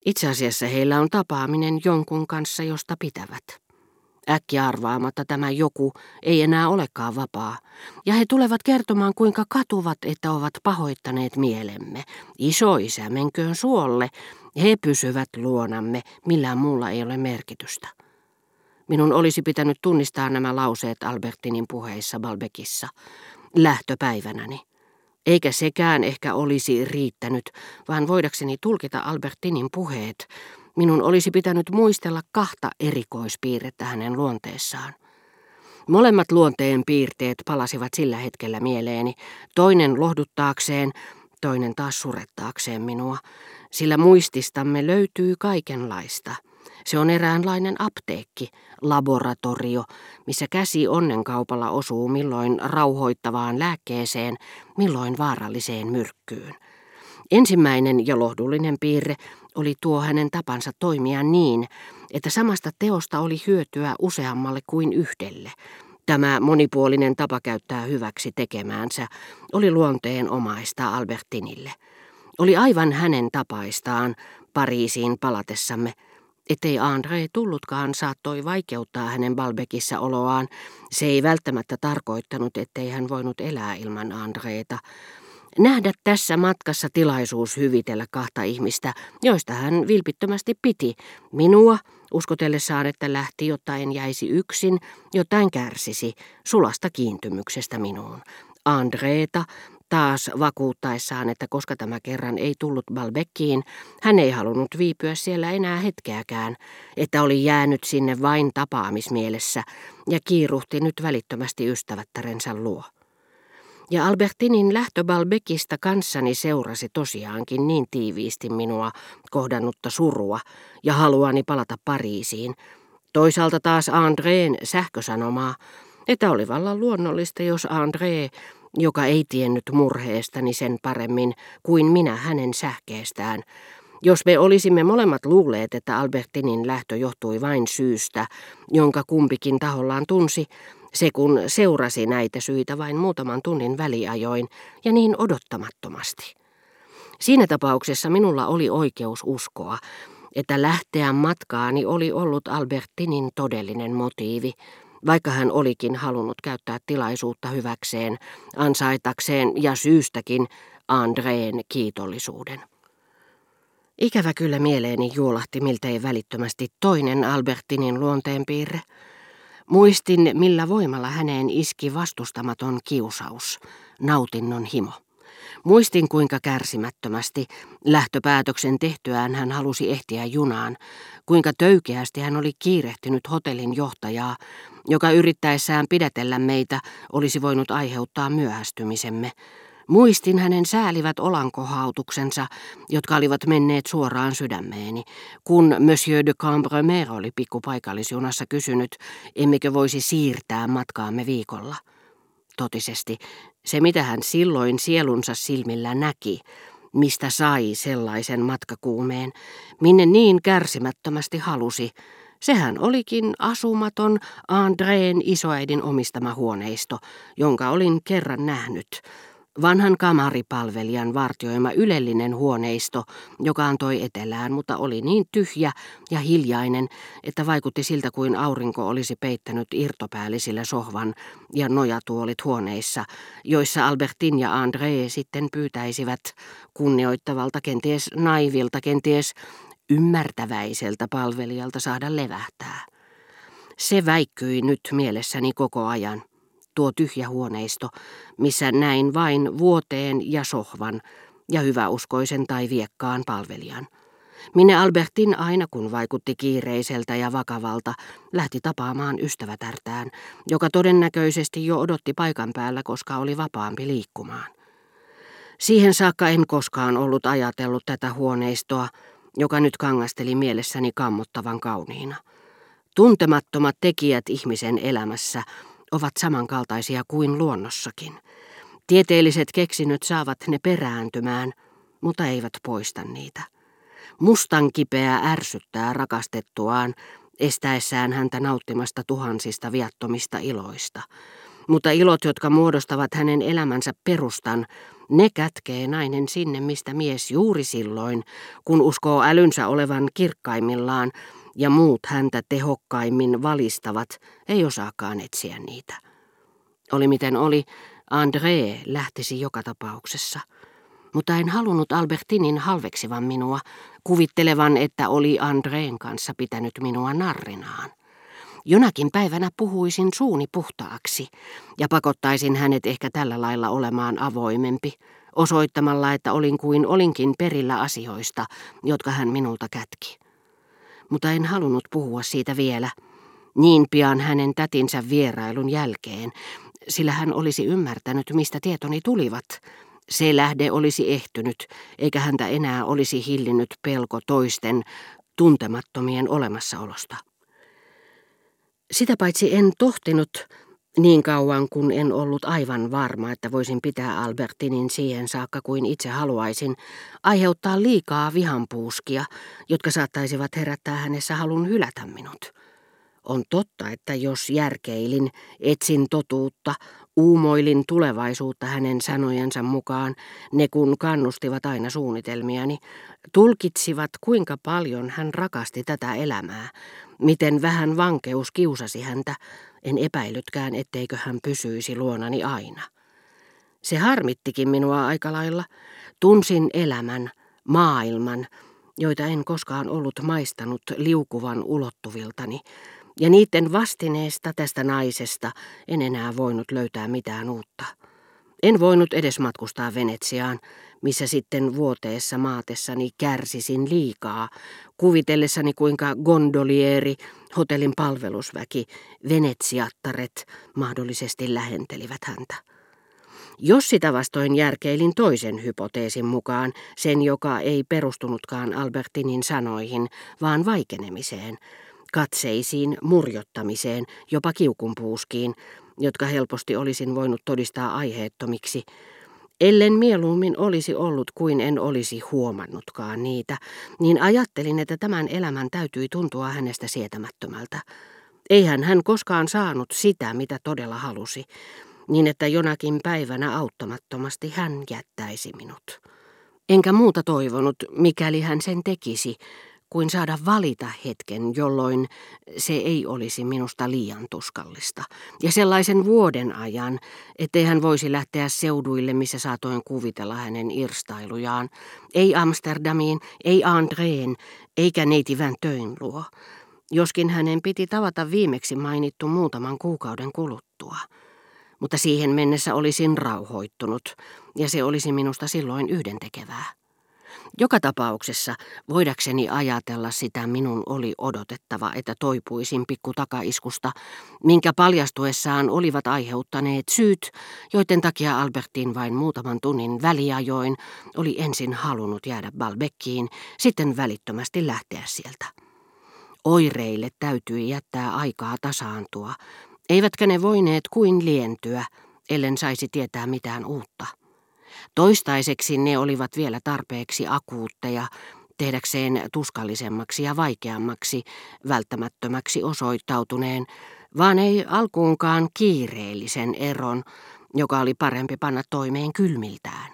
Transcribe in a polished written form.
Itse asiassa heillä on tapaaminen jonkun kanssa, josta pitävät. Äkkiä arvaamatta tämä joku ei enää olekaan vapaa, ja he tulevat kertomaan, kuinka katuvat, että ovat pahoittaneet mielemme. Isoisä menköön suolle, he pysyvät luonamme, millään muulla ei ole merkitystä. Minun olisi pitänyt tunnistaa nämä lauseet Albertinin puheissa Balbekissa lähtöpäivänäni. Eikä sekään ehkä olisi riittänyt, vaan voidakseni tulkita Albertinin puheet, minun olisi pitänyt muistella kahta erikoispiirrettä hänen luonteessaan. Molemmat luonteen piirteet palasivat sillä hetkellä mieleeni, toinen lohduttaakseen, toinen taas surettaakseen minua, sillä muististamme löytyy kaikenlaista. Se on eräänlainen apteekki, laboratorio, missä käsi onnenkaupalla osuu milloin rauhoittavaan lääkkeeseen, milloin vaaralliseen myrkkyyn. Ensimmäinen ja lohdullinen piirre oli tuo hänen tapansa toimia niin, että samasta teosta oli hyötyä useammalle kuin yhdelle. Tämä monipuolinen tapa käyttää hyväksi tekemäänsä oli luonteen omaista Albertinille. Oli aivan hänen tapaistaan Pariisiin palatessamme. Ettei André tullutkaan saattoi vaikeuttaa hänen Balbekissa oloaan. Se ei välttämättä tarkoittanut, ettei hän voinut elää ilman Andréta. Nähdä tässä matkassa tilaisuus hyvitellä kahta ihmistä, joista hän vilpittömästi piti. Minua, uskotellessaan, että lähti, jotta en jäisi yksin, jotta en kärsisi sulasta kiintymyksestä minuun. Andréta, taas vakuuttaessaan, että koska tämä kerran ei tullut Balbekiin, hän ei halunnut viipyä siellä enää hetkeäkään, että oli jäänyt sinne vain tapaamismielessä ja kiiruhti nyt välittömästi ystävättärensä luo. Ja Albertinin lähtö Balbekista kanssani seurasi tosiaankin niin tiiviisti minua kohdannutta surua ja haluani palata Pariisiin. Toisaalta taas Andrén sähkösanomaa, että oli vallan luonnollista, jos André, joka ei tiennyt murheestani sen paremmin kuin minä hänen sähkeestään, jos me olisimme molemmat luulleet, että Albertinin lähtö johtui vain syystä, jonka kumpikin tahollaan tunsi, se kun seurasi näitä syitä vain muutaman tunnin väliajoin ja niin odottamattomasti. Siinä tapauksessa minulla oli oikeus uskoa, että lähteä matkaani oli ollut Albertinin todellinen motiivi, vaikka hän olikin halunnut käyttää tilaisuutta hyväkseen, ansaitakseen ja syystäkin Andrén kiitollisuuden. Ikävä kyllä mieleeni juolahti miltei välittömästi toinen Albertinin luonteenpiirre. Muistin, millä voimalla häneen iski vastustamaton kiusaus, nautinnon himo. Muistin, kuinka kärsimättömästi lähtöpäätöksen tehtyään hän halusi ehtiä junaan, kuinka töykeästi hän oli kiirehtinyt hotellin johtajaa, joka yrittäessään pidätellä meitä olisi voinut aiheuttaa myöhästymisemme. Muistin hänen säälivät olankohautuksensa, jotka olivat menneet suoraan sydämeeni, kun Monsieur de Cambremer oli pikkupaikallisjunassa kysynyt, emmekö voisi siirtää matkaamme viikolla. Totisesti, se mitä hän silloin sielunsa silmillä näki, mistä sai sellaisen matkakuumeen, minne niin kärsimättömästi halusi, sehän olikin asumaton Andrén isoäidin omistama huoneisto, jonka olin kerran nähnyt. Vanhan kamaripalvelijan vartioima ylellinen huoneisto, joka antoi etelään, mutta oli niin tyhjä ja hiljainen, että vaikutti siltä kuin aurinko olisi peittänyt irtopäällisillä sohvan ja nojatuolit huoneissa, joissa Albertin ja André sitten pyytäisivät kunnioittavalta, kenties naivilta, kenties ymmärtäväiseltä palvelijalta saada levähtää. Se väikkyi nyt mielessäni koko ajan. Tuo tyhjä huoneisto, missä näin vain vuoteen ja sohvan ja hyväuskoisen tai viekkaan palvelijan. Minne Albertin aina kun vaikutti kiireiseltä ja vakavalta, lähti tapaamaan ystävätärtään, joka todennäköisesti jo odotti paikan päällä, koska oli vapaampi liikkumaan. Siihen saakka en koskaan ollut ajatellut tätä huoneistoa, joka nyt kangasteli mielessäni kammottavan kauniina. Tuntemattomat tekijät ihmisen elämässä ovat samankaltaisia kuin luonnossakin. Tieteelliset keksinnöt saavat ne perääntymään, mutta eivät poista niitä. Mustan kipeä ärsyttää rakastettuaan, estäessään häntä nauttimasta tuhansista viattomista iloista. Mutta ilot, jotka muodostavat hänen elämänsä perustan, ne kätkee nainen sinne, mistä mies juuri silloin, kun uskoo älynsä olevan kirkkaimmillaan ja muut häntä tehokkaimmin valistavat, ei osaakaan etsiä niitä. Oli miten oli, André lähtisi joka tapauksessa. Mutta en halunnut Albertinin halveksivan minua, kuvittelevan, että oli Andreen kanssa pitänyt minua narrinaan. Jonakin päivänä puhuisin suuni puhtaaksi ja pakottaisin hänet ehkä tällä lailla olemaan avoimempi, osoittamalla, että olin kuin olinkin perillä asioista, jotka hän minulta kätki. Mutta en halunnut puhua siitä vielä, niin pian hänen tätinsä vierailun jälkeen, sillä hän olisi ymmärtänyt, mistä tietoni tulivat. Se lähde olisi ehtynyt, eikä häntä enää olisi hillinnyt pelko toisten tuntemattomien olemassaolosta. Sitä paitsi en tohtinut, niin kauan kun en ollut aivan varma, että voisin pitää Albertinin siihen saakka kuin itse haluaisin, aiheuttaa liikaa vihanpuuskia, jotka saattaisivat herättää hänessä halun hylätä minut. On totta, että jos järkeilin, etsin totuutta, uumoilin tulevaisuutta hänen sanojensa mukaan, ne kun kannustivat aina suunnitelmiani, tulkitsivat kuinka paljon hän rakasti tätä elämää, miten vähän vankeus kiusasi häntä, en epäillytkään, etteikö hän pysyisi luonani aina. Se harmittikin minua aika lailla, tunsin elämän, maailman, joita en koskaan ollut maistanut liukuvan ulottuviltani, ja niiden vastineesta tästä naisesta en enää voinut löytää mitään uutta. En voinut edes matkustaa Venetsiaan, missä sitten vuoteessa maatessani kärsisin liikaa, kuvitellessani kuinka gondolieri, hotellin palvelusväki, venetsiattaret mahdollisesti lähentelivät häntä. Jos sitä vastoin järkeilin toisen hypoteesin mukaan, sen joka ei perustunutkaan Albertinin sanoihin, vaan vaikenemiseen, katseisiin, murjottamiseen, jopa kiukunpuuskiin, jotka helposti olisin voinut todistaa aiheettomiksi, ellen mieluummin olisi ollut kuin en olisi huomannutkaan niitä, niin ajattelin, että tämän elämän täytyi tuntua hänestä sietämättömältä. Eihän hän koskaan saanut sitä, mitä todella halusi, niin että jonakin päivänä auttamattomasti hän jättäisi minut. Enkä muuta toivonut, mikäli hän sen tekisi, kuin saada valita hetken, jolloin se ei olisi minusta liian tuskallista. Ja sellaisen vuoden ajan, ettei hän voisi lähteä seuduille, missä saatoin kuvitella hänen irstailujaan. Ei Amsterdamiin, ei Andreen, eikä neiti Vinteuin luo. Joskin hänen piti tavata viimeksi mainittu muutaman kuukauden kuluttua. Mutta siihen mennessä olisin rauhoittunut, ja se olisi minusta silloin yhdentekevää. Joka tapauksessa, voidakseni ajatella sitä, minun oli odotettava, että toipuisin pikku takaiskusta, minkä paljastuessaan olivat aiheuttaneet syyt, joiden takia Albertin vain muutaman tunnin väliajoin oli ensin halunnut jäädä Balbeckiin, sitten välittömästi lähteä sieltä. Oireille täytyi jättää aikaa tasaantua, eivätkä ne voineet kuin lientyä, ellen saisi tietää mitään uutta. Toistaiseksi ne olivat vielä tarpeeksi akuutteja tehdäkseen tuskallisemmaksi ja vaikeammaksi välttämättömäksi osoittautuneen, vaan ei alkuunkaan kiireellisen eron, joka oli parempi panna toimeen kylmiltään.